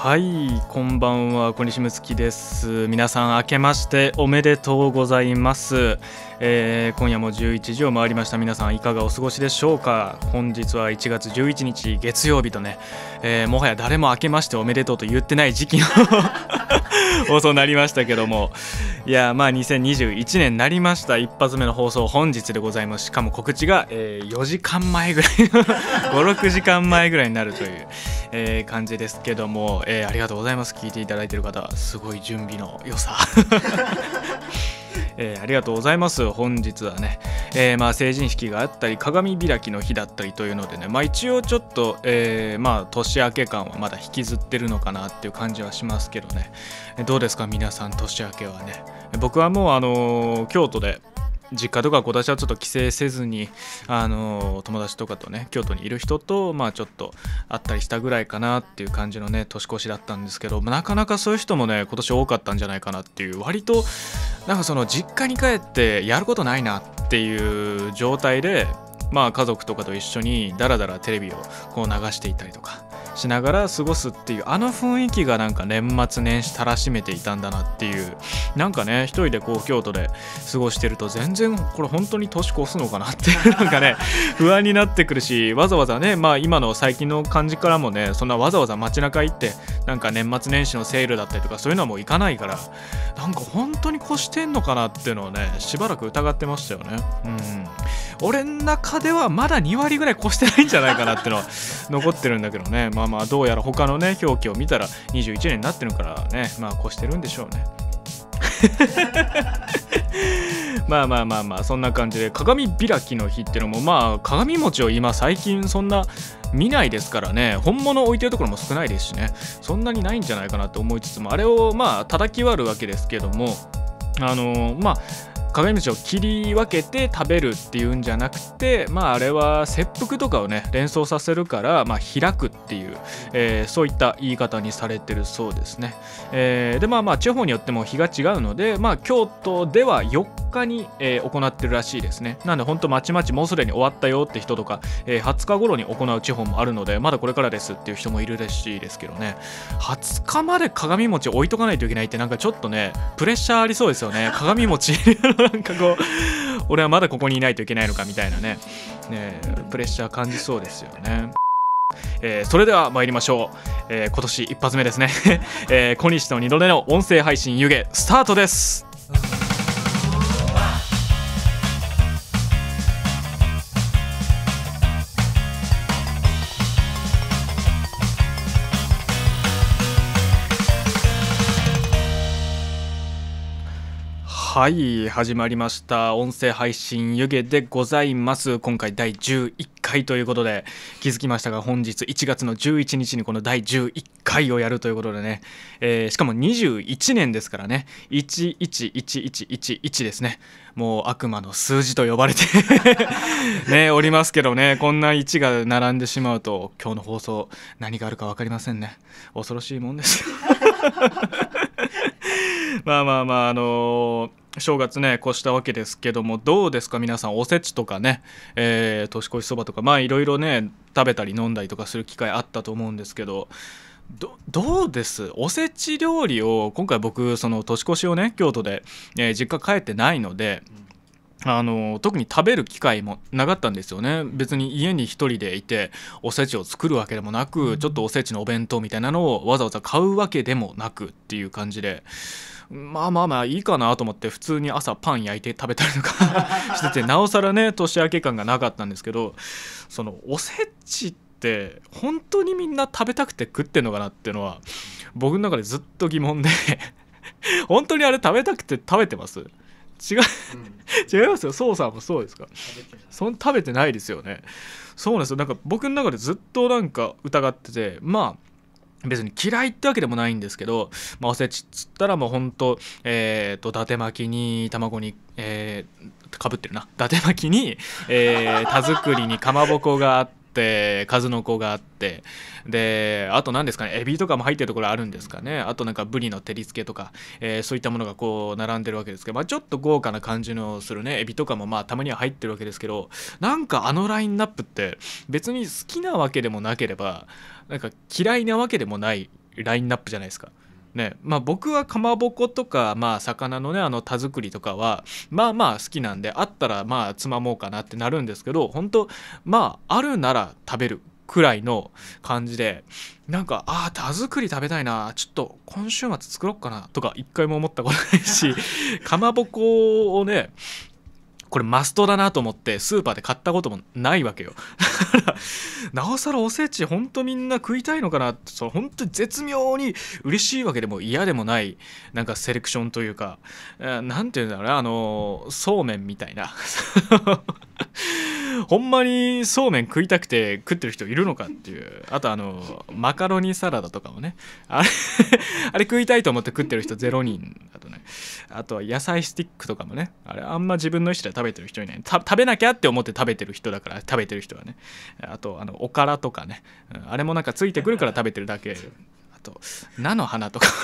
はい、こんばんは、小西睦月です。皆さん、明けましておめでとうございます。今夜も11時を回りました。皆さん、いかがお過ごしでしょうか。本日は1月11日月曜日とね、もはや誰も明けましておめでとうと言ってない時期の放送になりましたけども、いや2021年になりました。一発目の放送本日でございます。しかも告知が、4時間前ぐらい5、6時間前ぐらいになるという、感じですけども、ありがとうございます。聞いていただいている方、すごい準備の良さありがとうございます。本日はね、成人式があったり鏡開きの日だったりというのでね、一応ちょっと、年明け感はまだ引きずってるのかなっていう感じはしますけどね。どうですか皆さん、年明けはね。僕はもう京都で実家とか今年はちょっと帰省せずに友達とかとね、京都にいる人とちょっと会ったりしたぐらいかなっていう感じのね、年越しだったんですけど、なかなかそういう人もね今年多かったんじゃないかなっていう、割となんかその実家に帰ってやることないなっていう状態で、家族とかと一緒にダラダラテレビをこう流していたりとかしながら過ごすっていう、あの雰囲気がなんか年末年始たらしめていたんだなっていう、なんかね一人でこう京都で過ごしてると全然これ本当に年越すのかなっていうなんかね不安になってくるし、わざわざね今の最近の感じからもね、そんなわざわざ街中行ってなんか年末年始のセールだったりとかそういうのはもう行かないから、なんか本当に越してんのかなっていうのをねしばらく疑ってましたよね。俺の中ではまだ2割ぐらい越してないんじゃないかなっていうのは残ってるんだけどね。どうやら他のね表記を見たら21年になってるからね、越してるんでしょうねそんな感じで、鏡開きの日っていうのも鏡餅を今最近そんな見ないですからね、本物置いてるところも少ないですしね、そんなにないんじゃないかなと思いつつも、あれを叩き割るわけですけども、鏡餅を切り分けて食べるっていうんじゃなくて、あれは切腹とかをね連想させるから、開くっていう、そういった言い方にされてるそうですね。で地方によっても日が違うので、京都では4日に、行ってるらしいですね。なんで本当まちまちもうすでに終わったよって人とか、20日頃に行う地方もあるので、まだこれからですっていう人もいるらしいですけどね。20日まで鏡餅置いとかないといけないって、なんかちょっとねプレッシャーありそうですよね。鏡餅なんかこう俺はまだここにいないといけないのかみたいなね、プレッシャー感じそうですよね。それでは参りましょう。今年一発目ですね、小西の2度目の音声配信湯気スタートです。はい、始まりました音声配信湯気でございます。今回第11回ということで、気づきましたが本日1月の11日にこの第11回をやるということでね、しかも21年ですからね、111111ですね。もう悪魔の数字と呼ばれてねおりますけどね、こんな1が並んでしまうと今日の放送何があるか分かりませんね。恐ろしいもんです正月ね越したわけですけども、どうですか皆さん、おせちとかね、年越しそばとかいろいろね食べたり飲んだりとかする機会あったと思うんですけど、どうですおせち料理を。今回僕その年越しをね京都で、実家帰ってないので、特に食べる機会もなかったんですよね。別に家に一人でいておせちを作るわけでもなく、ちょっとおせちのお弁当みたいなのをわざわざ買うわけでもなくっていう感じで、いいかなと思って普通に朝パン焼いて食べたりとかしてて、なおさらね年明け感がなかったんですけど、そのおせちって本当にみんな食べたくて食ってんのかなっていうのは僕の中でずっと疑問で本当にあれ食べたくて食べてます？違いますよ。そうさんもそうですか？食べてないですよね。そうなんですよ。なんか僕の中でずっとなんか疑ってて、別に嫌いってわけでもないんですけど、おせちっつったらもうほんと伊達巻きに卵にかぶってるな、伊達巻きに、田作りにかまぼこがあって、数の子があって、であと何ですかね、エビとかも入ってるところあるんですかね。あとなんかブリの照り付けとか、そういったものがこう並んでるわけですけど、ちょっと豪華な感じのするねエビとかもたまには入ってるわけですけど、なんかあのラインナップって別に好きなわけでもなければなんか嫌いなわけでもないラインナップじゃないですかね。まあ僕はかまぼことか、まあ魚のね田作りとかはまあまあ好きなんで、あったらまあつまもうかなってなるんですけど、本当まああるなら食べるくらいの感じで、なんか田作り食べたいな、ちょっと今週末作ろうかなとか一回も思ったことないしかまぼこをね、これマストだなと思ってスーパーで買ったこともないわけよ。だからなおさらおせちほんとみんな食いたいのかなって、その本当に絶妙に嬉しいわけでも嫌でもないなんかセレクションというか、なんていうんだろうね、そうめんみたいなほんまにそうめん食いたくて食ってる人いるのかっていう。あとマカロニサラダとかもね、あれあれ食いたいと思って食ってる人0人だとね。あとは野菜スティックとかもね、あれあんま自分の意思で食べてる人いない。食べなきゃって思って食べてる人だから、食べてる人はね。あとおからとかね、あれもなんかついてくるから食べてるだけ。あと菜の花とか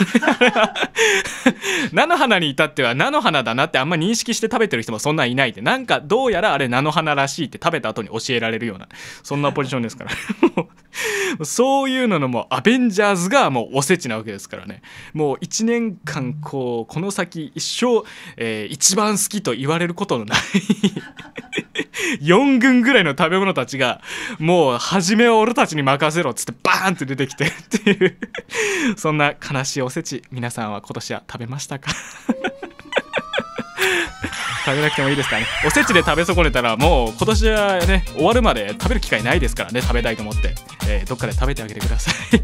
菜の花に至っては菜の花だなってあんま認識して食べてる人もそんなんいないって、なんかどうやらあれ菜の花らしいって食べた後に教えられるような、そんなポジションですからそういうのもアベンジャーズがもうおせちなわけですからね。もう1年間この先一生、一番好きと言われることのない4軍ぐらいの食べ物たちがもう初めは俺たちに任せろっつってバーンって出てきてっていうそんな悲しいおせち、皆さんは今年は食べましたか食べなくてもいいですからね。おせちで食べ損ねたらもう今年はね終わるまで食べる機会ないですからね。食べたいと思って、どっかで食べてあげてください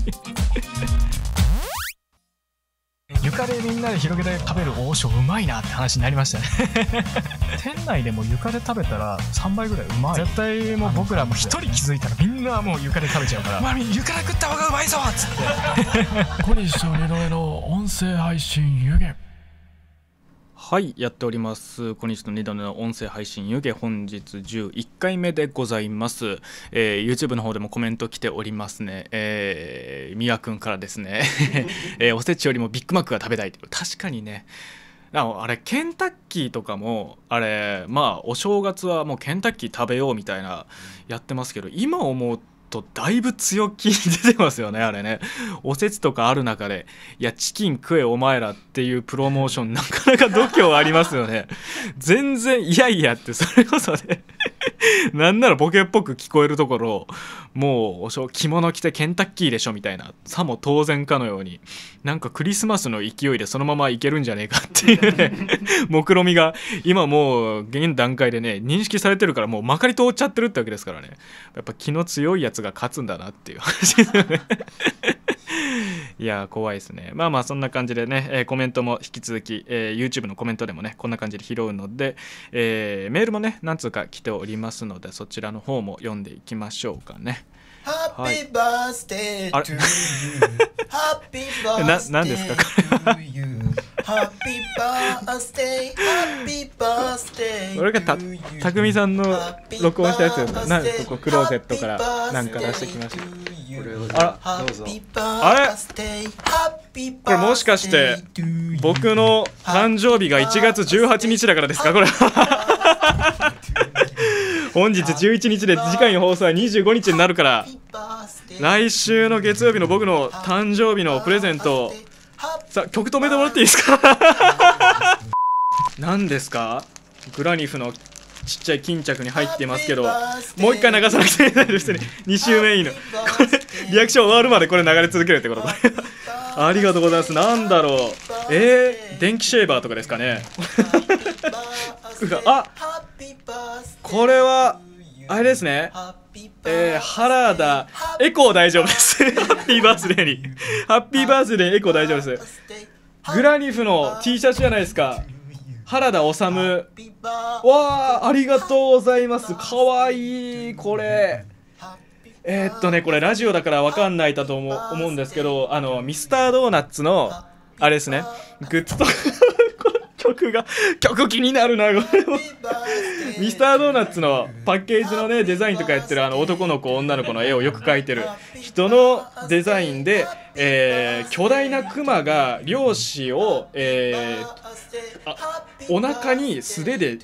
床でみんなで広げて食べる王将うまいなって話になりましたね店内でも床で食べたら3倍ぐらいうまい。絶対もう僕らも一人気づいたらみんなもう床で食べちゃうから床で食った方がうまいぞっつって小西と二度目の音声配信湯気。 はい、やっております小西と2度目の音声配信湯気、本日11回目でございます。YouTube の方でもコメント来ておりますね。みわくんからですね、おせちよりもビッグマックが食べたいって。確かにね、あれケンタッキーとかもあれまあお正月はもうケンタッキー食べようみたいなやってますけど、今思うとだいぶ強気に出てますよねあれね。おせちとかある中でいやチキン食えお前らっていうプロモーションなかなか度胸ありますよね。全然いやいやってそれこそねなんならボケっぽく聞こえるところ、もう着物着てケンタッキーでしょみたいな、さも当然かのようになんかクリスマスの勢いでそのままいけるんじゃねえかっていうね目論みが今もう現段階でね認識されてるから、もうまかり通っちゃってるってわけですからね。やっぱ気の強いやつが勝つんだなっていう話ですよねいや怖いですね。まあまあそんな感じでね、コメントも引き続き、YouTube のコメントでもねこんな感じで拾うので、メールもね何通か来ておりますので、そちらの方も読んでいきましょうかね。 はい、バースデートゥーユー。ハッピーバースデー何ですかこれはハッピーバースデー、ハッピーバースデー。 俺がたくみさんの録音したやつよ。なんでここクローゼットからなんか出してきました。あらどうぞ。あれこれもしかして僕の誕生日が1月18日だからですかこれ本日11日で次回の放送は25日になるから、来週の月曜日の僕の誕生日のプレゼント、さあ曲止めてもらっていいですか何ですか。グラニフのちっちゃい巾着に入っていますけど、もう一回流さなきゃいけないですね。2週目いいのこれリアクション終わるまでこれ流れ続けるってことありがとうございます。なんだろう、電気シェーバーとかですかねあ、これはあれですね、原田エコー大丈夫ですハッピーバースデーにハッピーバースデーエコー大丈夫です。グラニフの T シャツじゃないですか。原田治、わあ、ありがとうございます。かわいい。これこれラジオだから分かんないだと思うんですけど、ミスタードーナツのあれですね、グッズと曲気になるなこれもミスタードーナツのパッケージのねデザインとかやってる男の子女の子の絵をよく描いてる人のデザインで、巨大なクマが漁師を、お腹に素手で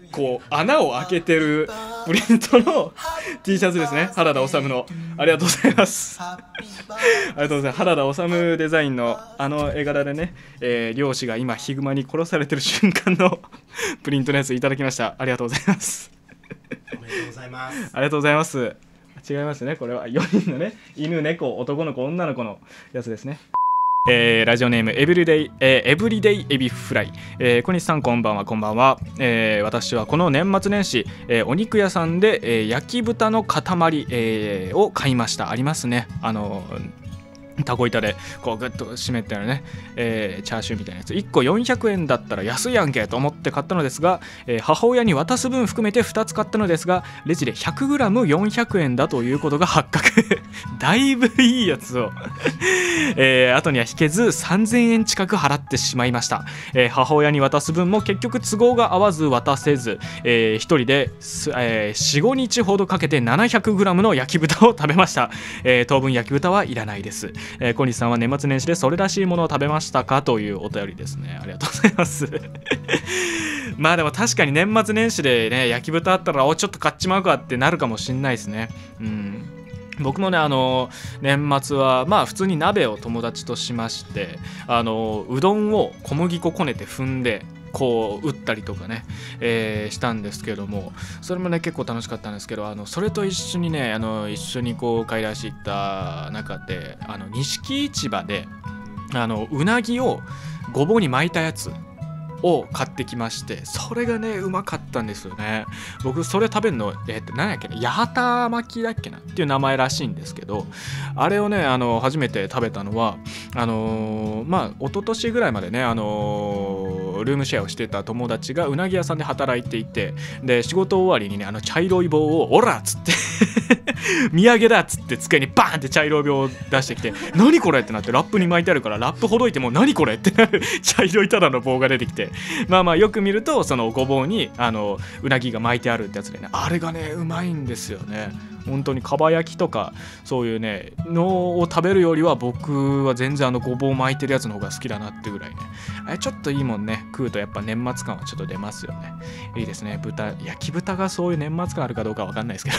こう穴を開けてるプリントの T シャツですね。原田治のありがとうございます。ありがとうございます。原田治デザインの絵柄でね、漁師が今ヒグマに殺されてる瞬間のプリントのやついただきました。ありがとうございます。 おめでとうございます。 ありがとうございます。違いますね。これは4人のね、犬、猫、男の子、女の子のやつですね。ラジオネームエブリデイエビフライ、小西さんこんばんは。こんばんは。私はこの年末年始、お肉屋さんで、焼き豚の塊、を買いました。ありますね、タコ板でこうグッと締めてるね、チャーシューみたいなやつ1個400円だったら安いやんけと思って買ったのですが、母親に渡す分含めて2つ買ったのですが、レジで 100g400 円だということが発覚だいぶいいやつを後には引けず3000円近く払ってしまいました。母親に渡す分も結局都合が合わず渡せず、1人で、4,5 日ほどかけて 700g の焼き豚を食べました。当分焼き豚はいらないです。小西さんは年末年始でそれらしいものを食べましたかというお便りですね。ありがとうございますまあでも確かに年末年始でね焼き豚あったらちょっと買っちまうかってなるかもしんないですね。僕もね年末はまあ普通に鍋を友達としまして、うどんを小麦粉こねて踏んでこう打ったりとかね、したんですけども、それもね結構楽しかったんですけど、それと一緒にね一緒にこう買い出し行った中で錦市場でうなぎをごぼうに巻いたやつを買ってきまして、それがねうまかったんですよね。僕それ食べるの何やっけな、八幡巻きだっけなっていう名前らしいんですけど、あれをね初めて食べたのはまあ一昨年ぐらいまでねルームシェアをしてた友達がうなぎ屋さんで働いていて、で仕事終わりにね茶色い棒をオラっつって土産だっつって机にバーンって茶色い棒を出してきて何これってなって、ラップに巻いてあるからラップほどいても何これってなる茶色いただの棒が出てきて、まあよく見るとそのごぼうにうなぎが巻いてあるってやつでね、あれがねうまいんですよね。本当にかば焼きとかそういうねのを食べるよりは僕は全然ごぼう巻いてるやつの方が好きだなってぐらいね、ちょっといいもんね食うとやっぱ年末感はちょっと出ますよね。いいですね。焼き豚がそういう年末感あるかどうかわかんないですけど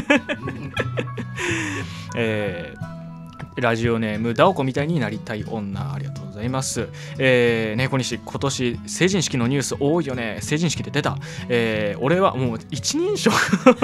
ラジオネームダオコみたいになりたい女、ありがとうございます。ね小西、今年成人式のニュース多いよね。成人式で出た、俺はもう一人称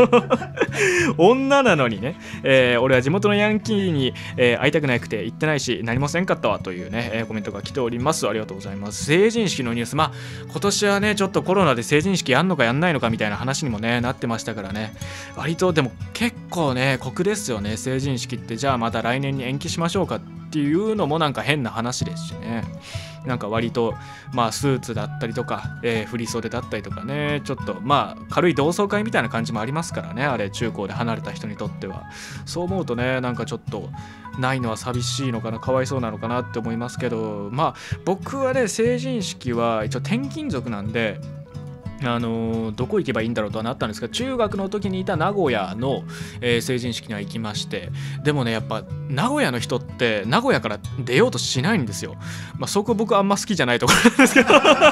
女なのにね、俺は地元のヤンキーに、会いたくなくて行ってないし何もせんかったわというね、コメントが来ております。ありがとうございます。成人式のニュース、まあ今年はねちょっとコロナで成人式やんのかやんないのかみたいな話にもねなってましたからね、割とでも結構ね酷ですよね成人式って。じゃあまた来年に延期しましょうかっていうのもなんか変な話ですしね。なんか割とまあスーツだったりとか、振り袖だったりとかね、ちょっとまあ軽い同窓会みたいな感じもありますからね、あれ中高で離れた人にとっては。そう思うとねなんかちょっとないのは寂しいのかな、かわいそうなのかなって思いますけど、まあ僕はね成人式は一応転勤族なんでどこ行けばいいんだろうとはなったんですが、中学の時にいた名古屋の、成人式には行きまして、でもねやっぱ名古屋の人って名古屋から出ようとしないんですよ。まあそこ僕あんま好きじゃないところなんですけど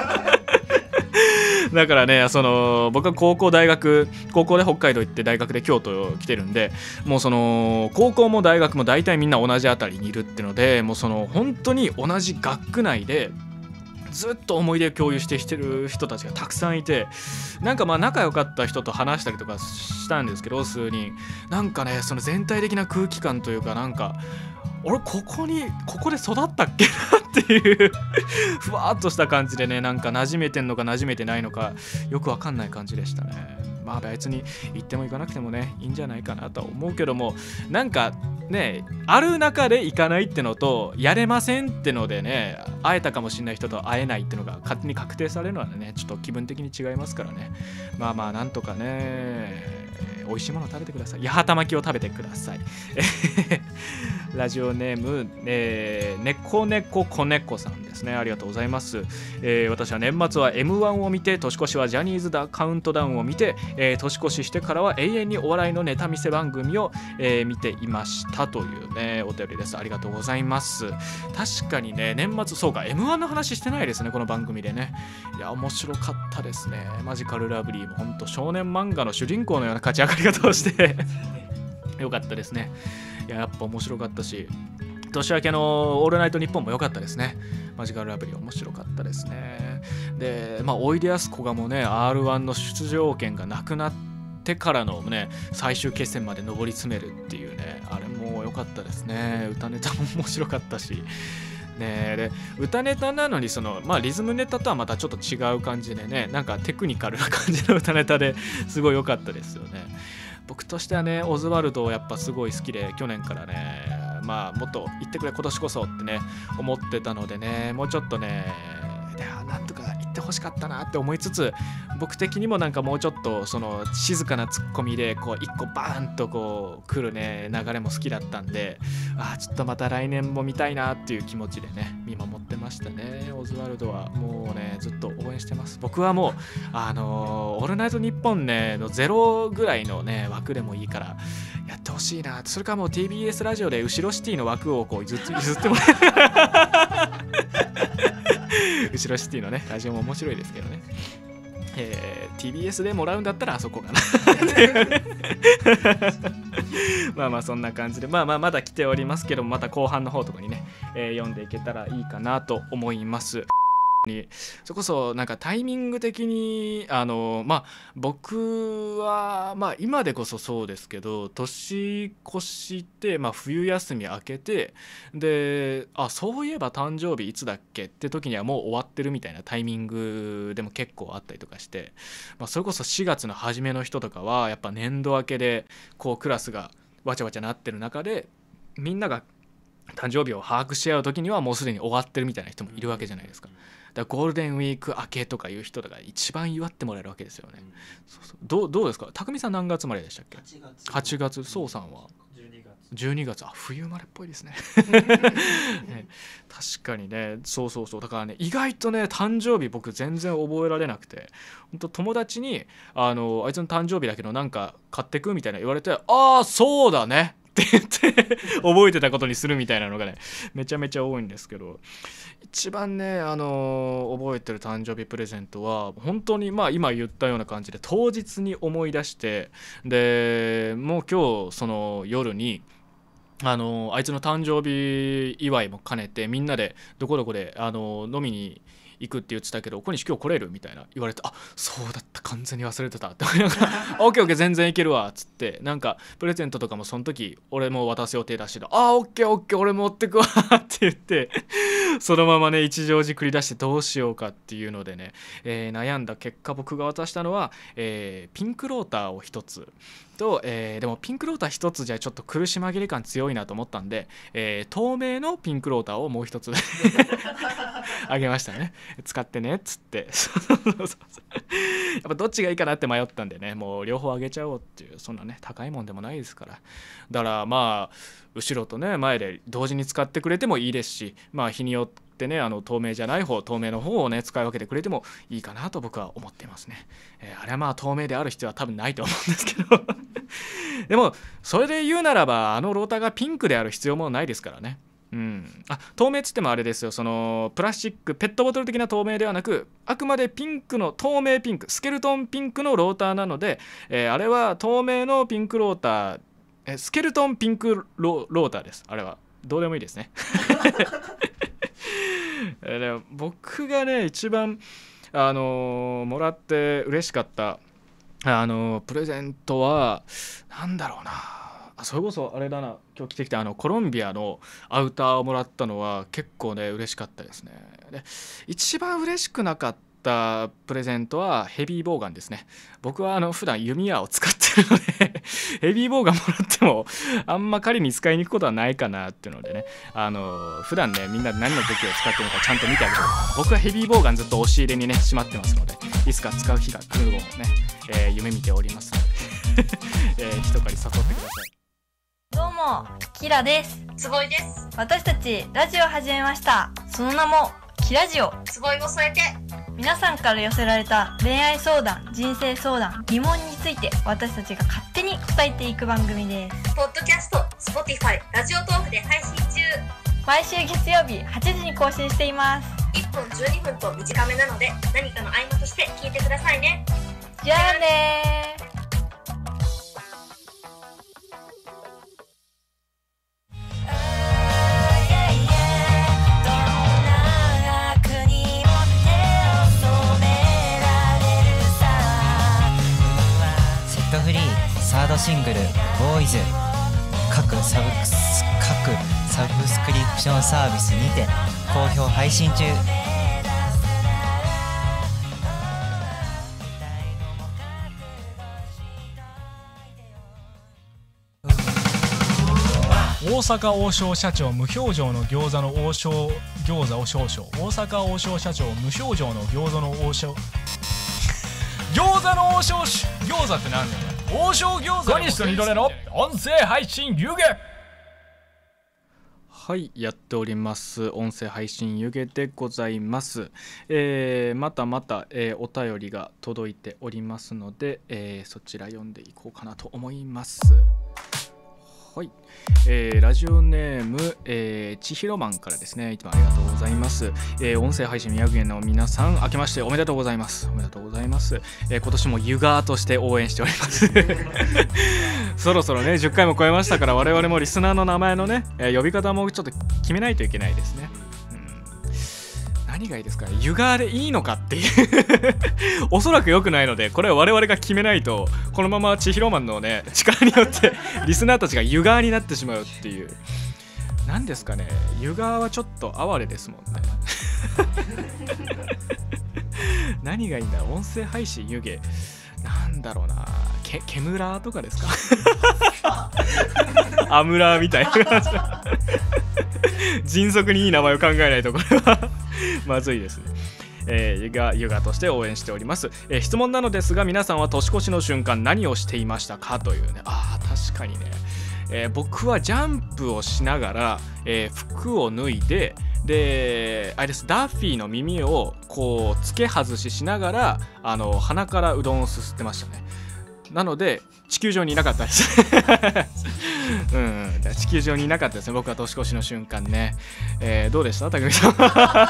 だからね僕は高校で北海道行って大学で京都来てるんで、もう高校も大学も大体みんな同じあたりにいるってので、もう本当に同じ学区内でずっと思い出を共有してきてる人たちがたくさんいて、なんかまあ仲良かった人と話したりとかしたんですけど、数人なんかね全体的な空気感というか、なんか俺ここで育ったっけなっていうふわっとした感じでね、なんか馴染めてんのか馴染めてないのかよくわかんない感じでしたね。まあ別に行っても行かなくてもねいいんじゃないかなとは思うけども、なんかねある中で行かないってのとやれませんってのでね会えたかもしれない人と会えないってのが勝手に確定されるのはねちょっと気分的に違いますからね。まあなんとかね美味しいものを食べてください。八幡巻きを食べてください。ラジオネーム、猫猫子猫さんですね。ありがとうございます。私は年末は M1 を見て、年越しはジャニーズカウントダウンを見て、年越ししてからは永遠にお笑いのネタ見せ番組を、見ていましたというねお便りです。ありがとうございます。確かにね、年末そうか M1 の話してないですね、この番組でね。いや面白かったですね。マジカルラブリーも本当少年漫画の主人公のような勝ち上がり方をしてよかったですね。いや、やっぱ面白かったし、年明けのオールナイトニッポンも良かったですね。マジカルラブリー面白かったですね。で、おいでやすこがもね R1 の出場権がなくなってからのね最終決戦まで上り詰めるっていうね、あれも良かったですね。歌ネタも面白かったしね。で歌ネタなのにリズムネタとはまたちょっと違う感じでね、なんかテクニカルな感じの歌ネタですごい良かったですよね。僕としてはね、オズワルドやっぱすごい好きで、去年からねもっと言ってくれ今年こそってね思ってたのでね、もうちょっとねなんとか言ってほしかったなって思いつつ、僕的にもなんかもうちょっと静かなツッコミでこう一個バーンとこう来るね流れも好きだったんで、ちょっとまた来年も見たいなっていう気持ちでね見守ってましたね。オズワルドはもうねずっと応援してます。僕はもうオールナイトニッポンねの0ぐらいのね枠でもいいからやってほしいな。それからもう TBS ラジオで後ろシティの枠をこう譲ってもらう後ろシティのねラジオも面白いですけどね、TBS でもらうんだったらあそこかなそんな感じでまだ来ておりますけども、また後半の方とかにね、読んでいけたらいいかなと思います。それこそなんかタイミング的に僕は今でこそそうですけど、年越して冬休み明けてでそういえば誕生日いつだっけって時にはもう終わってるみたいなタイミングでも結構あったりとかして、それこそ4月の初めの人とかはやっぱ年度明けでこうクラスがわちゃわちゃなってる中で、みんなが誕生日を把握し合う時にはもうすでに終わってるみたいな人もいるわけじゃないですか。だからゴールデンウィーク明けとかいう人が一番祝ってもらえるわけですよね。どうですか、匠さん何月生まれでしたっけ？8月。そうさんは12月。冬生まれっぽいですねね、確かにね。そうだからね、意外とね誕生日僕全然覚えられなくて、本当友達にあいつの誕生日だけどなんか買ってくみたいな言われて、そうだねって言って覚えてたことにするみたいなのがねめちゃめちゃ多いんですけど、一番ね覚えてる誕生日プレゼントは本当に今言ったような感じで当日に思い出して、でもう今日その夜にあいつの誕生日祝いも兼ねてみんなでどこどこで飲みに行くって言ってたけど、小西今日来れるみたいな言われて、そうだった、完全に忘れてたって思いながらオッケー全然いけるわっつって、なんかプレゼントとかもその時俺も渡す予定だし、オッケー俺持ってくわって言ってそのままね一乗寺繰り出してどうしようかっていうのでね、悩んだ結果僕が渡したのは、ピンクローターを一つと、でもピンクローター一つじゃちょっと苦し紛れ感強いなと思ったんで、透明のピンクローターをもう一つあげましたね。使ってねっつってやっぱどっちがいいかなって迷ったんでね、もう両方あげちゃおうっていう、そんなね高いもんでもないですから。だから後ろとね前で同時に使ってくれてもいいですし、日によってね透明じゃない方、透明の方をね使い分けてくれてもいいかなと僕は思っていますね。あれは透明である必要は多分ないと思うんですけどでもそれで言うならばローターがピンクである必要もないですからね。透明っつってもあれですよ、そのプラスチックペットボトル的な透明ではなく、あくまでピンクの透明ピンク、スケルトンピンクのローターなので、あれは透明のピンクローター、スケルトンピンク ローターです。あれはどうでもいいですねで僕がね一番もらって嬉しかったプレゼントはなんだろうな。それこそあれだな、今日着てきたコロンビアのアウターをもらったのは結構ね嬉しかったですね。で一番嬉しくなかったプレゼントはヘビーボウガンですね。僕は普段弓矢を使ってるのでヘビーボウガンもらってもあんま狩りに使いに行くことはないかなっていうのでね、普段ねみんなで何の武器を使ってるのかちゃんと見てあげて、僕はヘビーボウガンずっと押し入れにねしまってますので、いつか使う日が来るのをね、夢見ておりますので一狩り誘ってください。 どうも、キラです。 つぼいです。 私たちラジオを始めました。その名もキラジオ。 つぼいを添えて、 皆さんから寄せられた恋愛相談、人生相談、疑問について私たちが勝手に答えていく番組です。 ポッドキャスト、Spotify、ラジオトークで配信中。 毎週月曜日8時に更新しています。 1分12分と短めなので、何かの合間として聞いてくださいね。 じゃあねー。 サードシングル「ボーイズ」各サブスクリプションサービスにて好評配信中。 大阪王将社長無表情の餃子の王将餃子を少々。大阪王将社長無表情の餃子の王将餃子の王将餃子って何だよ。王将餃子小西と二度寝の音声配信湯気。 はい、やっております音声配信湯気でございます。またまた、お便りが届いておりますので、そちら読んでいこうかなと思います。はい、ラジオネーム、ちひろマンからですね、いつもありがとうございます。音声配信宮城の皆さん、明けましておめでとうございます。おめでとうございます。今年も湯川として応援しておりますそろそろね10回も超えましたから、我々もリスナーの名前のね、呼び方もちょっと決めないといけないですね。何がいいですかね、湯川でいいのかっていうおそらく良くないので、これは我々が決めないと、このまま千尋マンのね力によってリスナーたちが湯川になってしまうっていう。何ですかね、湯川はちょっと哀れですもんね何がいいんだ、音声配信湯気なんだろうな、ケムラーとかですかアムラーみたいな迅速にいい名前を考えないとこれはまずいですね。湯河として応援しております。質問なのですが、皆さんは年越しの瞬間何をしていましたかというね。確かにね、僕はジャンプをしながら、服を脱いで、あれです、ダッフィーの耳をこう付け外しながら鼻からうどんをすすってましたね。なので地球上にいなかったです地球上にいなかったですね、僕は年越しの瞬間ね。どうでした匠さん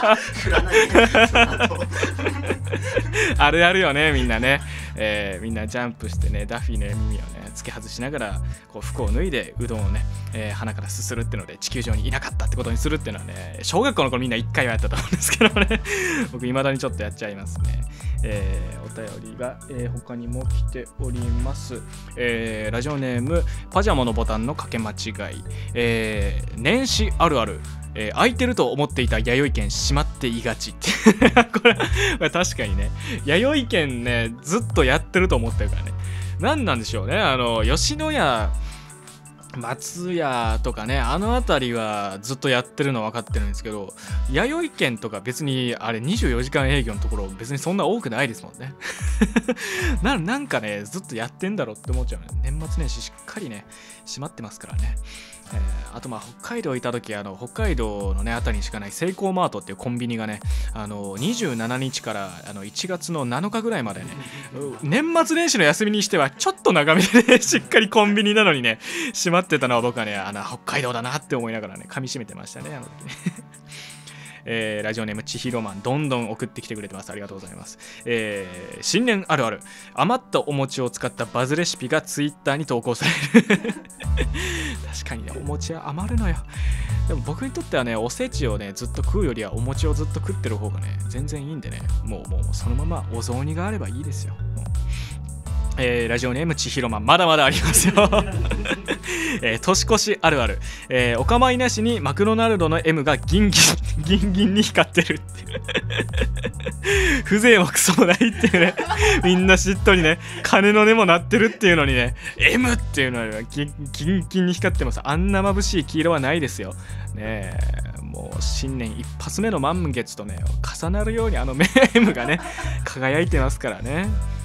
あるあるよね、みんなね。みんなジャンプしてね、ダッフィーの耳をね付け外しながらこう服を脱いでうどんをね、鼻からすするっていうので地球上にいなかったってことにするっていうのはね、小学校の頃みんな1回はやったと思うんですけどね僕未だにちょっとやっちゃいますね。お便りが、他にも来ております。ラジオネームパジャマのボタンの掛け間違い、年始あるある、空いてると思っていた弥生県閉まっていがちってこれ確かにね、弥生県ねずっとやってると思ってるからね。何なんでしょうね、吉野家松屋とかね、あの辺りはずっとやってるの分かってるんですけど、弥生県とか別にあれ24時間営業のところ別にそんな多くないですもんねなんかねずっとやってんだろうって思っちゃうね。年末年始しっかりね閉まってますからね。あと北海道いた時、北海道のねあたりにしかないセイコーマートっていうコンビニがね、27日から1月の7日ぐらいまでね、年末年始の休みにしてはちょっと長めでねしっかりコンビニなのにね閉まってたのは僕はね北海道だなって思いながらね噛み締めてましたね、あの時ねラジオネームちひろマン、どんどん送ってきてくれてます。ありがとうございます。新年あるある、余ったお餅を使ったバズレシピがツイッターに投稿される確かにね、お餅は余るのよ。でも僕にとってはね、おせちをねずっと食うよりはお餅をずっと食ってる方がね全然いいんでね、もうそのままお雑煮があればいいですよ。ラジオネームちひろマン、まだまだありますよ年越しあるある、お構いなしにマクドナルドの M がギンギンに光ってるっていう風情もクソもないっていうねみんなしっとりね鐘の音も鳴ってるっていうのにね M っていうのはギンギンに光ってます。あんな眩しい黄色はないですよね。もう新年一発目の満月とね重なるようにM がね輝いてますからね。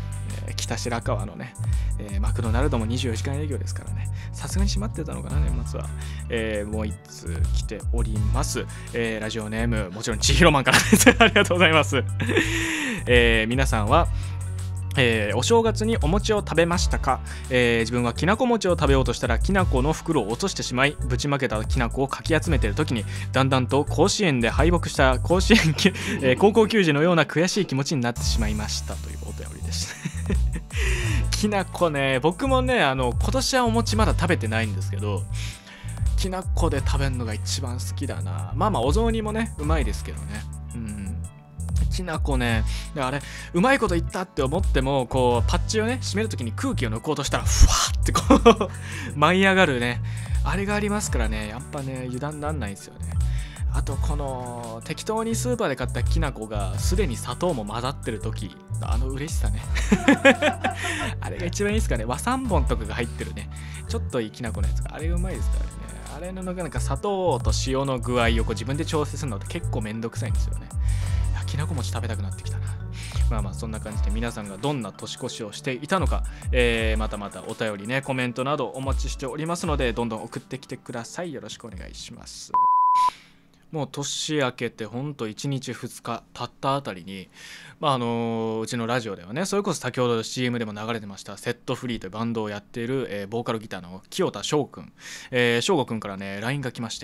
北白川のね、マクドナルドも24時間営業ですからね、さすがに閉まってたのかな、年末は。もう一通来ております。ラジオネーム、もちろん千尋マンからですありがとうございます。皆さんはお正月にお餅を食べましたか？自分はきなこ餅を食べようとしたらきなこの袋を落としてしまい、ぶちまけたきなこをかき集めている時にだんだんと甲子園で敗北した高校球児のような悔しい気持ちになってしまいましたというお便りですきなこね、僕もね今年はお餅まだ食べてないんですけど、きなこで食べるのが一番好きだな。まあお雑煮もねうまいですけどね。きなこね、あれうまいこと言ったって思っても、こうパッチをね閉めるときに空気を抜こうとしたらふわーってこう舞い上がるね、あれがありますからね、やっぱね油断なんないんですよね。あとこの適当にスーパーで買ったきなこがすでに砂糖も混ざってる時、嬉しさねあれが一番いいですかね。和三本とかが入ってるね、ちょっといいきなこのやつが、あれがうまいですからね。あれのなんか砂糖と塩の具合をこう自分で調整するのって結構めんどくさいんですよね。きなこ餅食べたくなってきたな。まあそんな感じで皆さんがどんな年越しをしていたのか、またお便りね、コメントなどお待ちしておりますので、どんどん送ってきてください。よろしくお願いします。もう年明けてほんと1日2日経ったあたりに、うちのラジオではね、それこそ先ほど CM でも流れてましたセットフリーというバンドをやっている、ボーカルギターの清田翔くん、翔吾くんからね LINE が来まして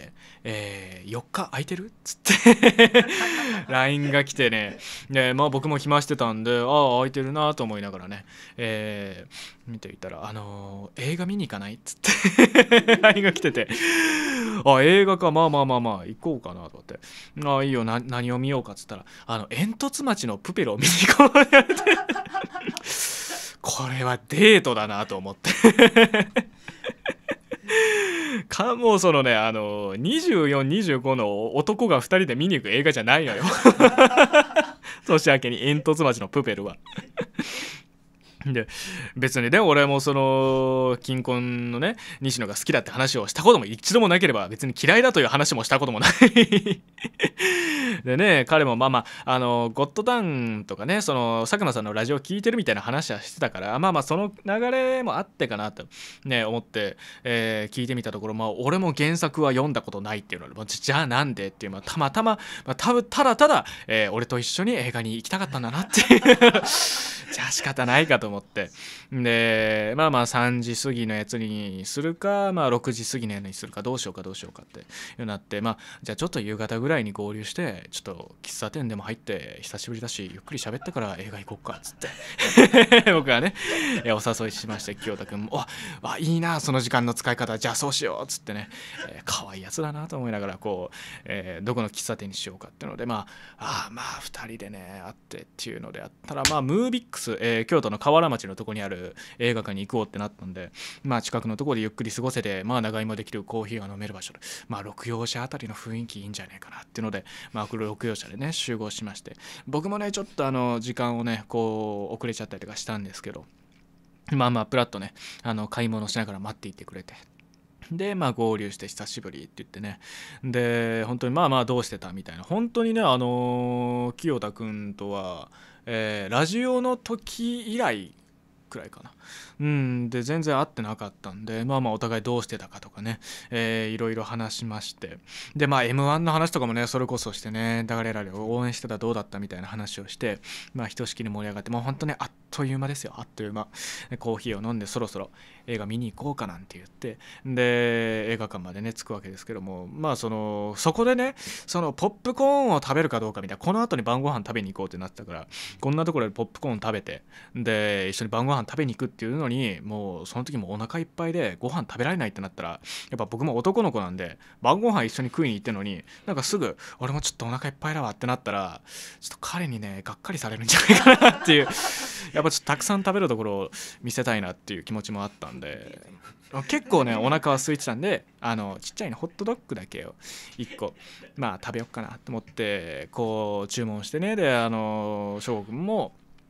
、4日空いてるっつってLINE が来てね、僕も暇してたんで、空いてるなと思いながらね、見ていたら映画見に行かないっつって LINE が来てて、映画か、まあ行こうかなと思って、いいよ、何を見ようかっつったら、煙突町のプペルを見に行こうって言われてこれはデートだなと思ってもうそのね24、25の男が2人で見に行く映画じゃないのよ年明けに煙突町のプペルはで別にね、俺もその金婚のね西野が好きだって話をしたことも一度もなければ、別に嫌いだという話もしたこともないでね、彼もゴッドタウンとかね、その佐久間さんのラジオ聞いてるみたいな話はしてたから、その流れもあってかなとね思って、聞いてみたところ、俺も原作は読んだことないっていうので、じゃあなんでっていう、たまたま、ただ、俺と一緒に映画に行きたかったんだなっていうじゃあ仕方ないかと思って、で3時過ぎのやつにするか、6時過ぎのやつにするか、どうしようかってなって、じゃあちょっと夕方ぐらいに合流して、ちょっと喫茶店でも入って久しぶりだしゆっくり喋ってから映画行こうかっつって僕はねお誘いしまして、清田君もいいなその時間の使い方、じゃあそうしようっつってね、可愛いやつだなと思いながらこう、どこの喫茶店にしようかっていうので、2人でね会ってっていうのであったら、ムービックス、京都の河原町のとこにある映画館に行こうってなったんで、近くのところでゆっくり過ごせて、長居もできるコーヒーが飲める場所で、六葉社あたりの雰囲気いいんじゃないかなっていうので、六葉社でね集合しまして、僕もねちょっと時間をねこう遅れちゃったりとかしたんですけど、プラッとね買い物しながら待っていてくれて、で合流して久しぶりって言ってね、で本当にどうしてたみたいな、本当にね清田くんとは、ラジオの時以来くらいかな、で全然会ってなかったんで、お互いどうしてたかとかね、いろいろ話しまして、でM1 の話とかもねそれこそしてね、誰々を応援してたらどうだったみたいな話をして、ひとしきり盛り上がって、もう本当ねあっという間ですよ、あっという間。コーヒーを飲んでそろそろ映画見に行こうかなんて言って、で映画館までね着くわけですけども、そこでねそのポップコーンを食べるかどうかみたいな、この後に晩ご飯食べに行こうってなってたから、こんなところでポップコーン食べて、で一緒に晩ご飯食べに行くっていうのに、もうその時もお腹いっぱいでご飯食べられないってなったら、やっぱ僕も男の子なんで晩ご飯一緒に食いに行ってんのに、なんかすぐ俺もちょっとお腹いっぱいだわってなったら、ちょっと彼にねがっかりされるんじゃないかなっていうやっぱちょっとたくさん食べるところを見せたいなっていう気持ちもあったんで、結構ねお腹は空いてたんで、ちっちゃいねホットドッグだけを1個食べよっかなと思ってこう注文してね、で翔吾君も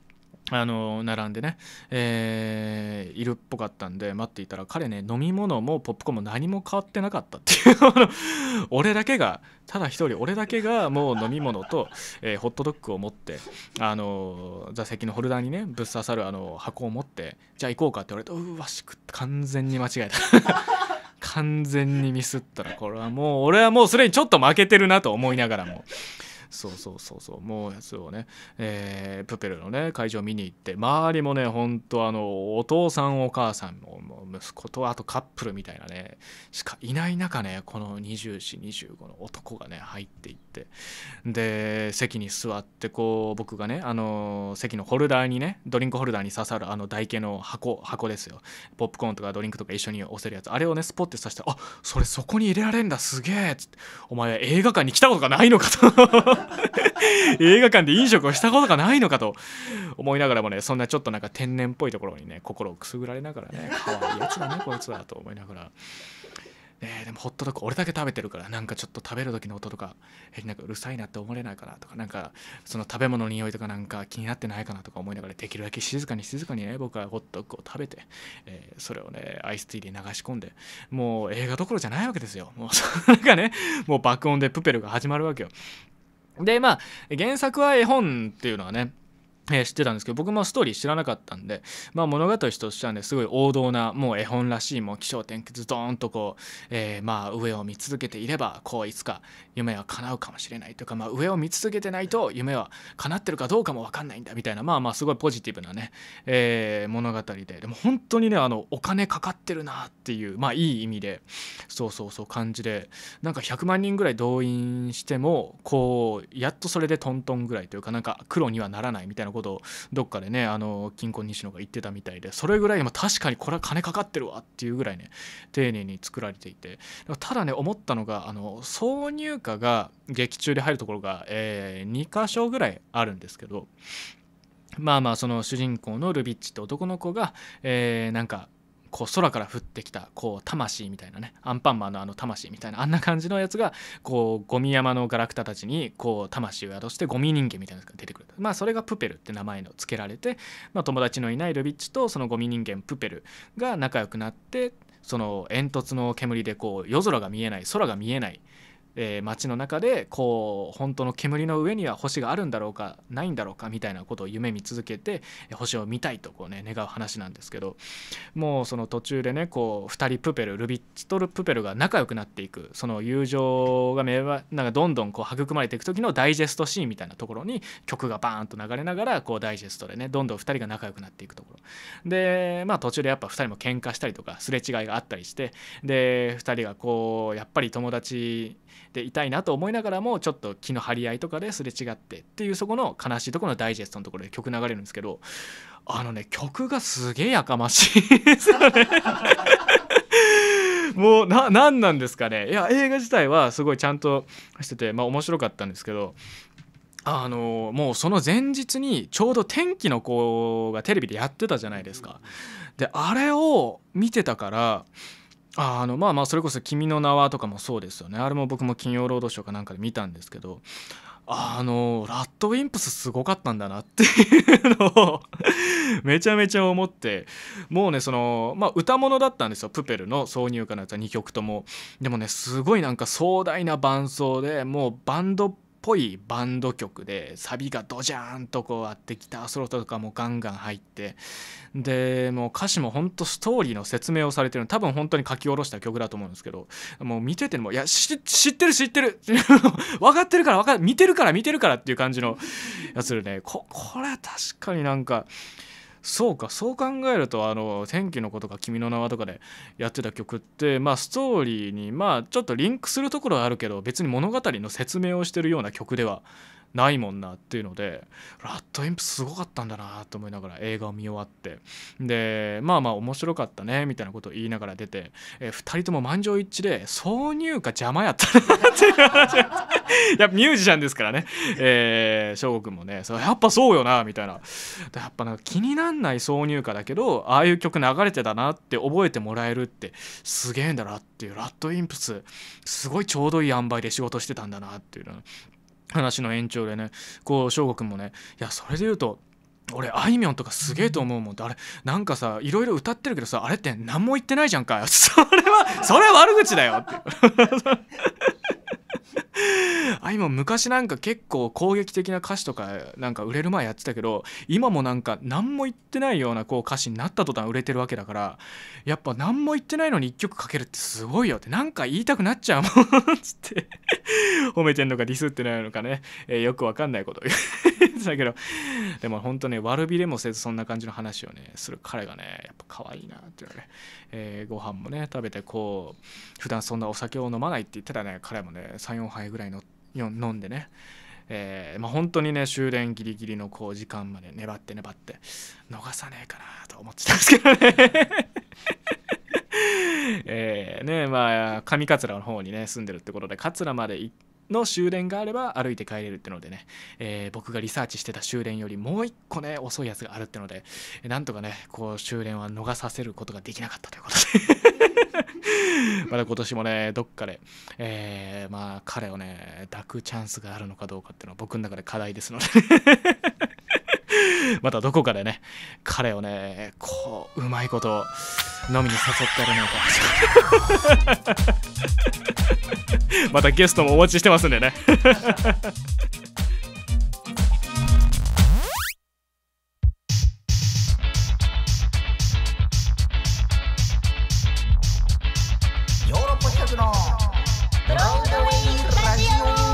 並んでね、いるっぽかったんで待っていたら、彼ね飲み物もポップコーンも何も変わってなかったっていう俺だけがもう飲み物と、ホットドッグを持って座席のホルダーにねぶっ刺さる箱を持って、じゃあ行こうかって言われて、うわ完全に間違えた完全にミスったら、俺はもうすでにちょっと負けてるなと思いながらも、そうもうやつをね、プペルのね会場を見に行って、周りもねほんとお父さんお母さんも息子とあとカップルみたいなねしかいない中ね、この24、25の男がね入っていって、で席に座って、こう僕がね席のホルダーにね、ドリンクホルダーに刺さる台形の箱ですよ、ポップコーンとかドリンクとか一緒に押せるやつ、あれをねスポッて刺して、あそこに入れられんだすげえっつって、お前映画館に来たことがないのかと映画館で飲食をしたことがないのかと思いながらもね、そんなちょっとなんか天然っぽいところにね心をくすぐられながらね、可愛いやつだねこいつだと思いながら、でもホットドッグ俺だけ食べてるから、なんかちょっと食べる時の音とかなんかうるさいなって思われないかなとか、なんかその食べ物の匂いとかなんか気になってないかなとか思いながら、できるだけ静かにね僕はホットドッグを食べて、それをねアイスティーで流し込んで、もう映画どころじゃないわけですよ。もうなんかねもう爆音でプペルが始まるわけよ。で原作は絵本っていうのはね知ってたんですけど、僕もストーリー知らなかったんで、物語としてはねすごい王道なもう絵本らしい、もう起承転結ドーンとこう、上を見続けていればこういつか夢は叶うかもしれないとか、上を見続けてないと夢は叶ってるかどうかも分かんないんだみたいな、すごいポジティブなね、物語でも本当にねお金かかってるなっていう、いい意味でそう感じで、なんか100万人ぐらい動員してもこうやっとそれでトントンぐらいというか、なんか黒にはならないみたいなことをどっかでね金婚西野が言ってたみたいで、それぐらい確かにこれは金かかってるわっていうぐらいね丁寧に作られていて、ただね思ったのが挿入歌が劇中で入るところが、2箇所ぐらいあるんですけど、その主人公のルビッチって男の子が、なんかこう空から降ってきたこう魂みたいなね、アンパンマンの魂みたいなあんな感じのやつがこうゴミ山のガラクタたちにこう魂を宿してゴミ人間みたいなやつが出てくる。それがプペルって名前の付けられて、友達のいないルビッチとそのゴミ人間プペルが仲良くなって、その煙突の煙でこう夜空が見えない、空が見えない街の中でこう本当の煙の上には星があるんだろうかないんだろうかみたいなことを夢見続けて星を見たいとこうね願う話なんですけど、もうその途中でねこう2人ルビッチとプペルが仲良くなっていく、その友情がなんかどんどんこう育まれていく時のダイジェストシーンみたいなところに曲がバーンと流れながらこうダイジェストでねどんどん2人が仲良くなっていくところで、途中でやっぱ2人も喧嘩したりとかすれ違いがあったりして、で2人がこうやっぱり友達でいたいなと思いながらもちょっと気の張り合いとかですれ違ってっていう、そこの悲しいところのダイジェストのところで曲流れるんですけど、曲がすげえやかましいですよねもうなんなんですかね。いや映画自体はすごいちゃんとしてて面白かったんですけど、もうその前日にちょうど天気の子がテレビでやってたじゃないですか。であれを見てたからそれこそ君の名はとかもそうですよね。あれも僕も金曜ロードショーかなんかで見たんですけど、ラッドウィンプスすごかったんだなっていうのをめちゃめちゃ思って、もうねその歌物だったんですよ、プペルの挿入歌のやつは2曲とも。でもねすごいなんか壮大な伴奏で、もうバンドっぽいバンド曲でサビがドジャーンとこうあって、ギターソロとかもガンガン入って、でもう歌詞も本当ストーリーの説明をされてる、多分本当に書き下ろした曲だと思うんですけど、もう見ててもいや知ってる分かってるから見てるからっていう感じのやつでね、これは確かになんかそう考えると天気の子とか君の名はとかでやってた曲ってストーリーにちょっとリンクするところはあるけど、別に物語の説明をしてるような曲ではないもんなっていうので、ラッドインプすごかったんだなと思いながら映画を見終わって、で面白かったねみたいなことを言いながら出て、2人とも満場一致で挿入歌邪魔やったなっていう話いやミュージシャンですからね、翔吾くんもねやっぱそうよなみたいな、やっぱなんか気になんない挿入歌だけどああいう曲流れてたなって覚えてもらえるってすげえんだなっていう、ラッドインプスすごいちょうどいい塩梅で仕事してたんだなっていうの話の延長でね、こう翔吾くんもね、いやそれで言うと俺あいみょんとかすげえと思うもん。あれなんかさいろいろ歌ってるけどさ、あれって何も言ってないじゃんか。それは悪口だよってあいみょん昔なんか結構攻撃的な歌詞とかなんか売れる前やってたけど、今もなんか何も言ってないようなこう歌詞になった途端売れてるわけだから、やっぱ何も言ってないのに一曲かけるってすごいよってなんか言いたくなっちゃうもんつって褒めてんのかディスってないのかね、よくわかんないこと言ってたけど、でも本当ね悪びれもせずそんな感じの話をねする彼がねやっぱ可愛いなっていうのね、ご飯もね食べてこう普段そんなお酒を飲まないって言ってたね彼もね 3,4 杯ぐらいの飲んでね、本当にね終電ギリギリのこう時間まで粘って逃さねえかなと思ってたんですけどね上桂の方にね住んでるってことで桂までの終電があれば歩いて帰れるってのでね、僕がリサーチしてた終電よりもう一個ね遅いやつがあるってので、なんとかねこう終電は逃させることができなかったということでまだ今年もねどっかで、彼をね抱くチャンスがあるのかどうかっていうのは僕の中で課題ですのでまたどこかでね彼をねこううまいこと飲みに誘ってやるのかまたゲストもお待ちしてますんでねヨーロッパ企画のブロードウェイラジ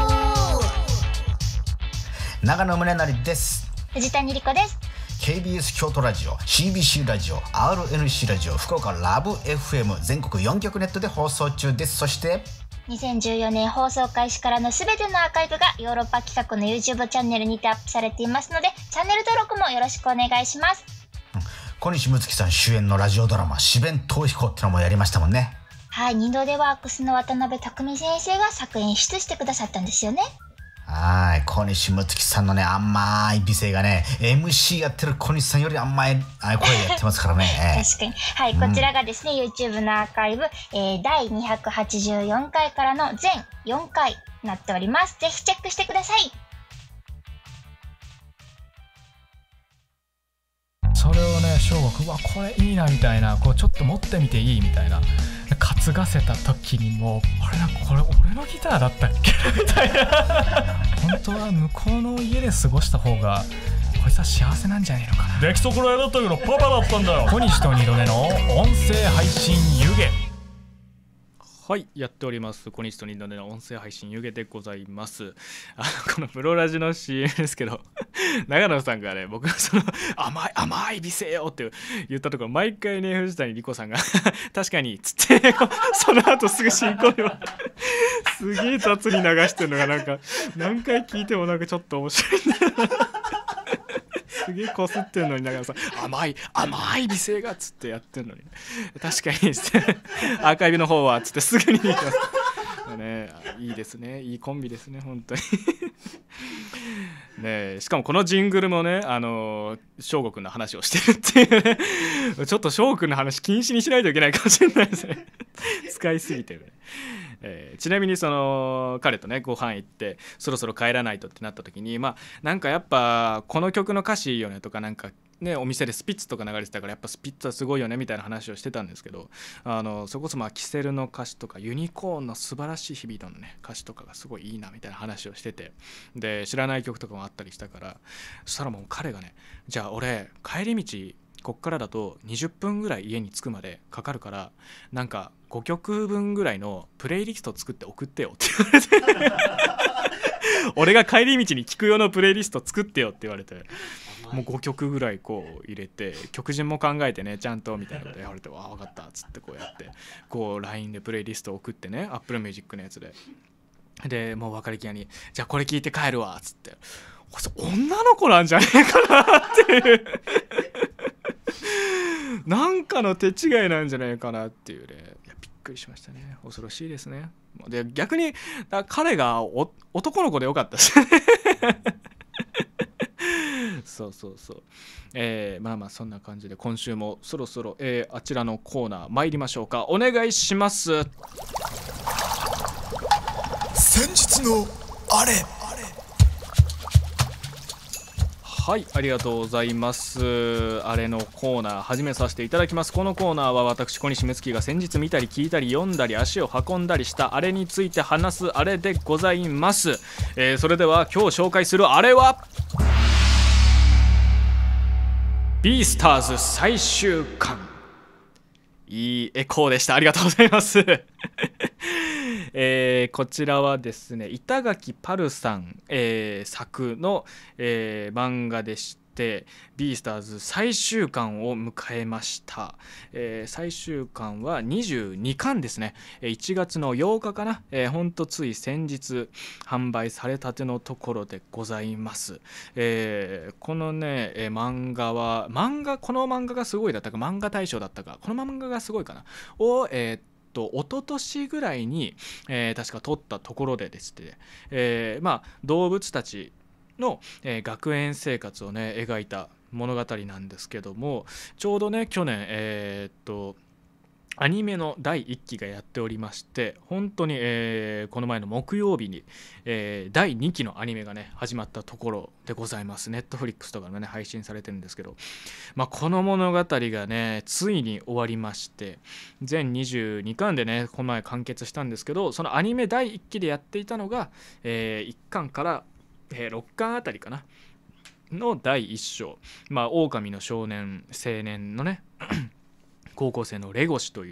オ。長野宗則です。 藤谷莉子です。 KBS 京都ラジオ、 CBC ラジオ、 RNC ラジオ、福岡ラブ FM 全国4局ネットで放送中です。そして 2014年放送開始からのすべてのアーカイブがヨーロッパ企画の YouTube チャンネルにてアップされていますので、チャンネル登録もよろしくお願いします。 小西睦月さん主演のラジオドラマ四弁逃避行ってのもやりましたもんね。 はい、ニドデワークスの渡辺匠先生が作演出してくださったんですよね。 はい、小西睦月さんのね甘い美声がね MC やってる小西さんより甘い声やってますからね確かに。はい、こちらがですね、YouTube のアーカイブ、第284回からの全4回になっております。ぜひチェックしてください。 それをね翔吾君はこれいいなみたいな、こうちょっと持ってみていいみたいな担がせた時にもあれなんかこれ俺のギターだったっけみたいな本当は向こうの家で過ごした方がこいつは幸せなんじゃねえのかな。出来損ないだったけどパパだったんだよ。小西と二度寝の音声配信湯気。 はい、やっております小西と二度寝の音声配信湯気でございます。このプロラジの CM ですけど長野さんがね僕がその甘い美声よって言ったところ毎回ね藤谷莉子さんが確かにっつってその後すぐ進行ではすげえ雑に流してるのがなんか何回聞いてもなんかちょっと面白いんだよすげえこすってんのに長野さん甘い美声がっつってやってんのに確かにっつってアーカイブの方はっつってすぐに言いますね。いいですね、いいコンビですね本当にね。しかもこのジングルもね翔吾くんの話をしてるっていうねちょっと翔吾くんの話禁止にしないといけないかもしれないですね使いすぎてるね。ちなみにその彼とねご飯行ってそろそろ帰らないとってなった時になんかやっぱこの曲の歌詞いいよねとかなんかねお店でスピッツとか流れてたからやっぱスピッツはすごいよねみたいな話をしてたんですけど、それこそキセルの歌詞とかユニコーンの素晴らしい日々のね歌詞とかがすごいいいなみたいな話をしてて、で知らない曲とかもあったりしたから、そしたらもう彼がねじゃあ俺帰り道こっからだと20分ぐらい家に着くまでかかるからなんか5曲分ぐらいのプレイリスト作って送ってよって言われて俺が帰り道に聴く用のプレイリスト作ってよって言われて、もう5曲ぐらいこう入れて曲順も考えてねちゃんとみたいなこと言われて分かったっつってこうやってこう LINE でプレイリスト送ってね Apple Music のやつでもう別れ際にじゃあこれ聞いて帰るわっつって女の子なんじゃねえかなっていうなんかの手違いなんじゃないかなっていうね。いやびっくりしましたね。恐ろしいですね。で逆に彼が男の子でよかったですねそうそんな感じで今週もそろそろ、あちらのコーナー参りましょうか。お願いします。 先日のあれ。 はい、ありがとうございます。あれのコーナー始めさせていただきます。このコーナーは私小西睦月が先日見たり聞いたり読んだり足を運んだりしたあれについて話すあれでございます。それでは今日紹介するあれはビースターズ最終巻。いいエコーでした。ありがとうございますこちらはですね、板垣パルさん、作の、漫画でして、ビースターズ最終巻を迎えました。最終巻は22巻ですね。1月の8日かな。ほんとつい先日販売されたてのところでございます。このね、漫画はこの漫画がすごいだったか、漫画大賞だったか、この漫画がすごいかなを一昨年ぐらいに、確か撮ったところでですね、動物たちの、学園生活をね描いた物語なんですけども、ちょうどね去年アニメの第1期がやっておりまして、本当に、この前の木曜日に、第2期のアニメがね始まったところでございます。ネットフリックスとかのね配信されてるんですけど、この物語がねついに終わりまして、全22巻でねこの前完結したんですけど、そのアニメ第1期でやっていたのが、1巻から、6巻あたりかなの第1章、狼の少年青年のね高校生のレゴシという、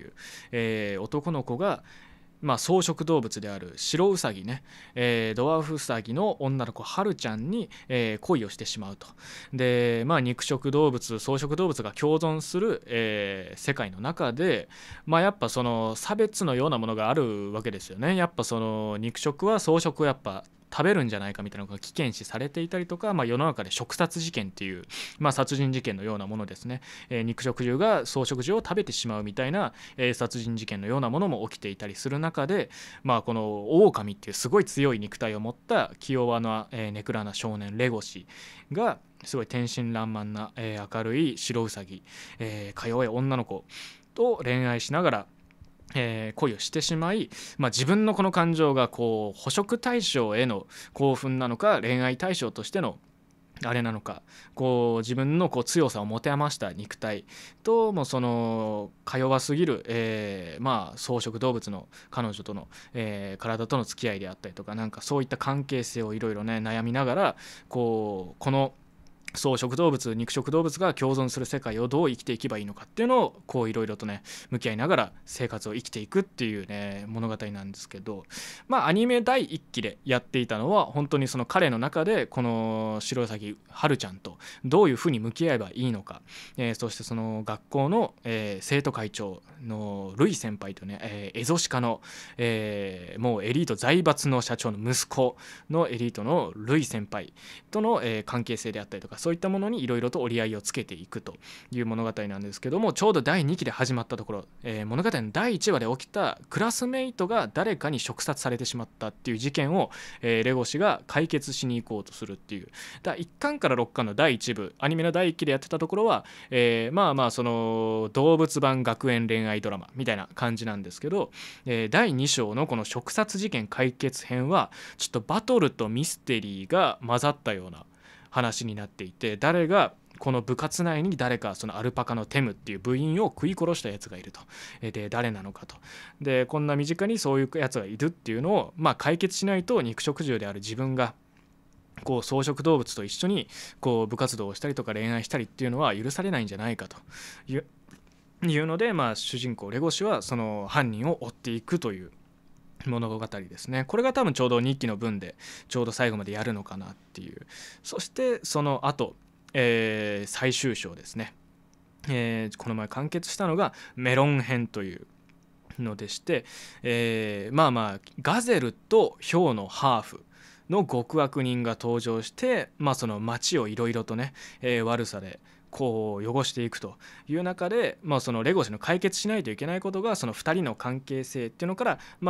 男の子が、草食動物である白ウサギね、ドワーフウサギの女の子ハルちゃんに、恋をしてしまうと。で、肉食動物草食動物が共存する、世界の中で、やっぱその差別のようなものがあるわけですよね。やっぱその肉食は草食をやっぱ食べるんじゃないかみたいなのが危険視されていたりとか、世の中で食殺事件っていう、殺人事件のようなものですね、肉食獣が草食獣を食べてしまうみたいな、殺人事件のようなものも起きていたりする中で、この狼っていうすごい強い肉体を持った気弱な、ネクラな少年レゴシがすごい天真爛漫な、明るい白ウサギ、か弱い女の子と恋愛しながら恋をしてしまい、自分のこの感情がこう捕食対象への興奮なのか、恋愛対象としてのあれなのか、こう自分のこう強さを持て余した肉体ともそのか弱すぎる、草食動物の彼女との、体との付き合いであったりとか、なんかそういった関係性をいろいろね悩みながら、この草食動物肉食動物が共存する世界をどう生きていけばいいのかっていうのをこういろいろとね向き合いながら生活を生きていくっていうね物語なんですけど、アニメ第1期でやっていたのは本当にその彼の中でこの白ウサギハルちゃんとどういうふうに向き合えばいいのか、そしてその学校の、生徒会長のルイ先輩とね、エゾシカの、もうエリート財閥の社長の息子のエリートのルイ先輩との、関係性であったりとか、そういったものにいろいろと折り合いをつけていくという物語なんですけども、ちょうど第2期で始まったところ、物語の第1話で起きたクラスメイトが誰かに食殺されてしまったっていう事件を、レゴシが解決しに行こうとするっていう、1巻から6巻の第1部アニメの第1期でやってたところは、その動物版学園恋愛ドラマみたいな感じなんですけど、第2章のこの食殺事件解決編はちょっとバトルとミステリーが混ざったような話になっていて、誰がこの部活内に誰かそのアルパカのテムっていう部員を食い殺したやつがいると。で誰なのかと。でこんな身近にそういうやつがいるっていうのを、解決しないと肉食獣である自分がこう草食動物と一緒にこう部活動をしたりとか恋愛したりっていうのは許されないんじゃないかというので、主人公レゴシはその犯人を追っていくという物語ですね。これが多分ちょうど2期の分でちょうど最後までやるのかなっていう。そしてその後、最終章ですね、この前完結したのがメロン編というのでして、ガゼルとヒョウのハーフの極悪人が登場して、その街をいろいろとね、悪さでこう汚していくという中で、そのレゴシの解決しないといけないことがその2人の関係性っていうのから、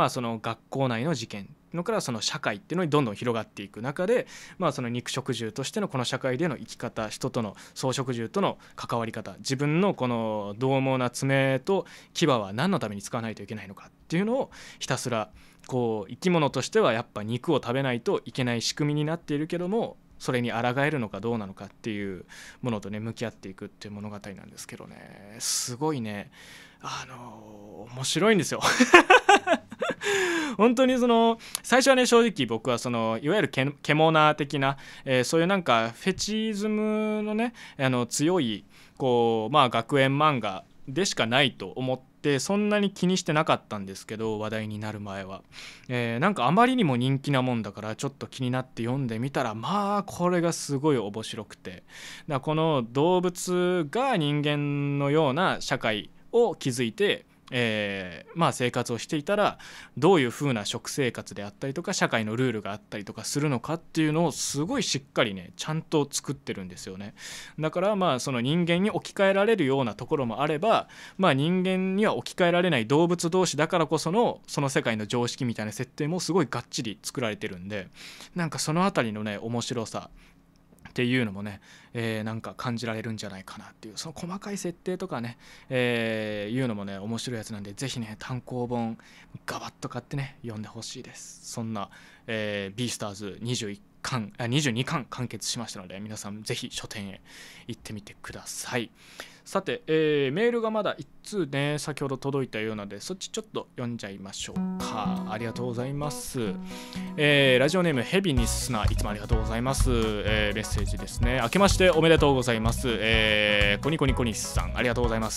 その学校内の事件のからその社会っていうのにどんどん広がっていく中で、その肉食獣としてのこの社会での生き方、人との草食獣との関わり方、自分のこの獰猛な爪と牙は何のために使わないといけないのかっていうのをひたすらこう生き物としてはやっぱ肉を食べないといけない仕組みになっているけども、 それに抗えるのかどうなのかっていうものとね向き合っていくっていう物語なんですけどね、すごいね面白いんですよ本当に最初はね正直僕はいわゆるケモナー的な、そういうなんかフェチズムのね強い学園漫画でしかないと思ってそんなに気にしてなかったんですけど、話題になる前は、なんかあまりにも人気なもんだからちょっと気になって読んでみたら、まあこれがすごい面白くて、この動物が人間のような社会を築いて生活をしていたらどういう風な食生活であったりとか社会のルールがあったりとかするのかっていうのをすごいしっかりねちゃんと作ってるんですよね。だからその人間に置き換えられるようなところもあれば、人間には置き換えられない動物同士だからこそのその世界の常識みたいな設定もすごいがっちり作られてるんで、なんかそのあたりのね面白さっていうのもね、なんか感じられるんじゃないかなっていう、その細かい設定とかね、いうのもね面白いやつなんで、ぜひね単行本ガバッと買ってね読んでほしいです。そんな、ビースターズ22巻完結しましたので、皆さんぜひ書店へ行ってみてください。さて、メールがまだ1通ね先ほど届いたようなので、そっちちょっと読んじゃいましょうか。ありがとうございます。ラジオネームヘビニスナ、いつもありがとうございます。メッセージですね。明けましておめでとうございます。コニコニコニスさんありがとうございます。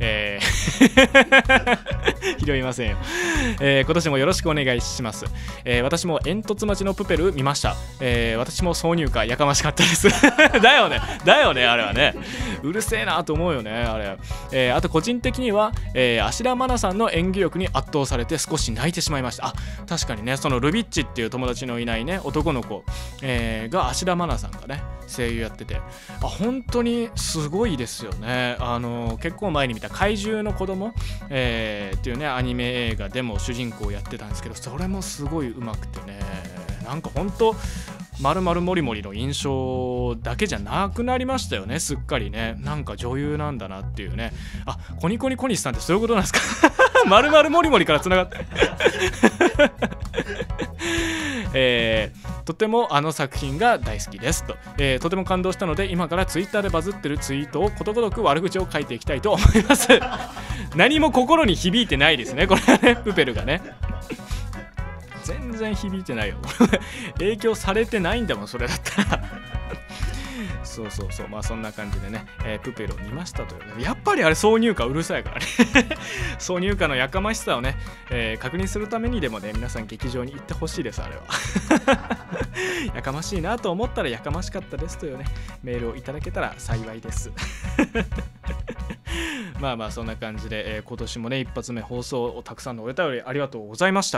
拾いませんよ。今年もよろしくお願いします。私も煙突町のプペル見ました。私も挿入歌やかましかったですだよねあれはね、うるせえなと思うよねあれ。あと個人的には、芦田愛菜さんの演技力に圧倒されて少し泣いてしまいました。確かにね、そのルビッチっていう友達のいないね男の子、が芦田愛菜さんがね声優やってて、本当にすごいですよね。結構前に見た怪獣の子供、っていうねアニメ映画でも主人公をやってたんですけど、それもすごい上手くてね、なんか本当丸々モリモリの印象だけじゃなくなりましたよね、すっかりね。なんか女優なんだなっていうね。コニコニコニスさんってそういうことなんですか丸々モリモリからつながってとても作品が大好きですと、とても感動したので今からツイッターでバズってるツイートをことごとく悪口を書いていきたいと思います何も心に響いてないですねこれはね、プペルがね全然響いてないよ影響されてないんだもんそれだったらそうそんな感じでね、プペルを見ましたという。やっぱりあれ挿入歌うるさいからね挿入歌のやかましさをね、確認するためにでもね皆さん劇場に行ってほしいです。あれはやかましいなと思ったらやかましかったですというねメールをいただけたら幸いですまあそんな感じで、今年もね一発目放送をたくさんのお便りありがとうございました。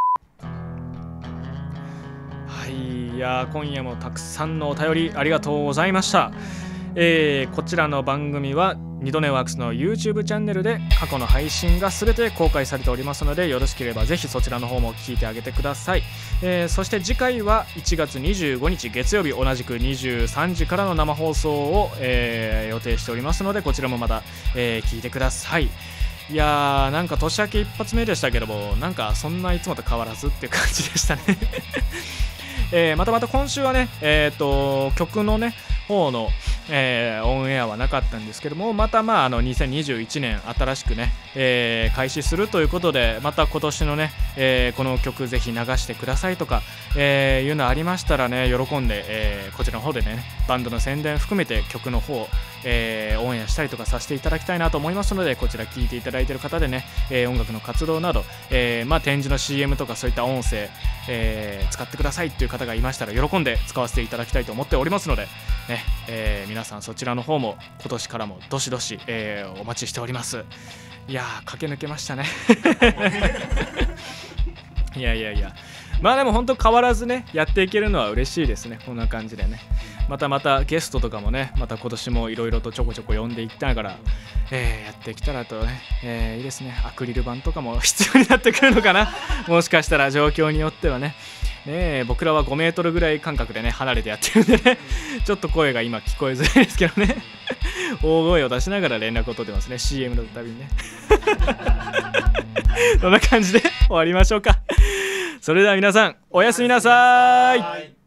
いや今夜もたくさんのお便りありがとうございました。こちらの番組は二度寝ワークスの YouTube チャンネルで過去の配信が全て公開されておりますので、よろしければぜひそちらの方も聞いてあげてください。そして次回は1月25日月曜日同じく23時からの生放送を、予定しておりますので、こちらもまた、聞いてください。いやーなんか年明け一発目でしたけども、なんかそんないつもと変わらずっていう感じでしたねまた今週はね、曲のね方の、オンエアはなかったんですけども、また2021年新しくね、開始するということで、また今年のね、この曲ぜひ流してくださいとか、いうのありましたらね喜んで、こちらの方でねバンドの宣伝含めて曲の方、オンエアしたりとかさせていただきたいなと思いますので、こちら聞いていただいている方でね、音楽の活動など、展示の CM とかそういった音声、使ってくださいっていう方がいましたら喜んで使わせていただきたいと思っておりますので、ね皆さんそちらの方も今年からもどしどし、お待ちしております。いやー駆け抜けましたねいやでも本当変わらずねやっていけるのは嬉しいですね。こんな感じでねまたゲストとかもねまた今年もいろいろとちょこちょこ呼んでいきながら、やっていけたらとね、いいですね。アクリル板とかも必要になってくるのかなもしかしたら状況によってはね。僕らは5メートルぐらい間隔でね離れてやってるんでねちょっと声が今聞こえづらいですけどね大声を出しながら連絡を取ってますね CM のたびにねそんな感じで終わりましょうか。それでは皆さんおやすみなさい。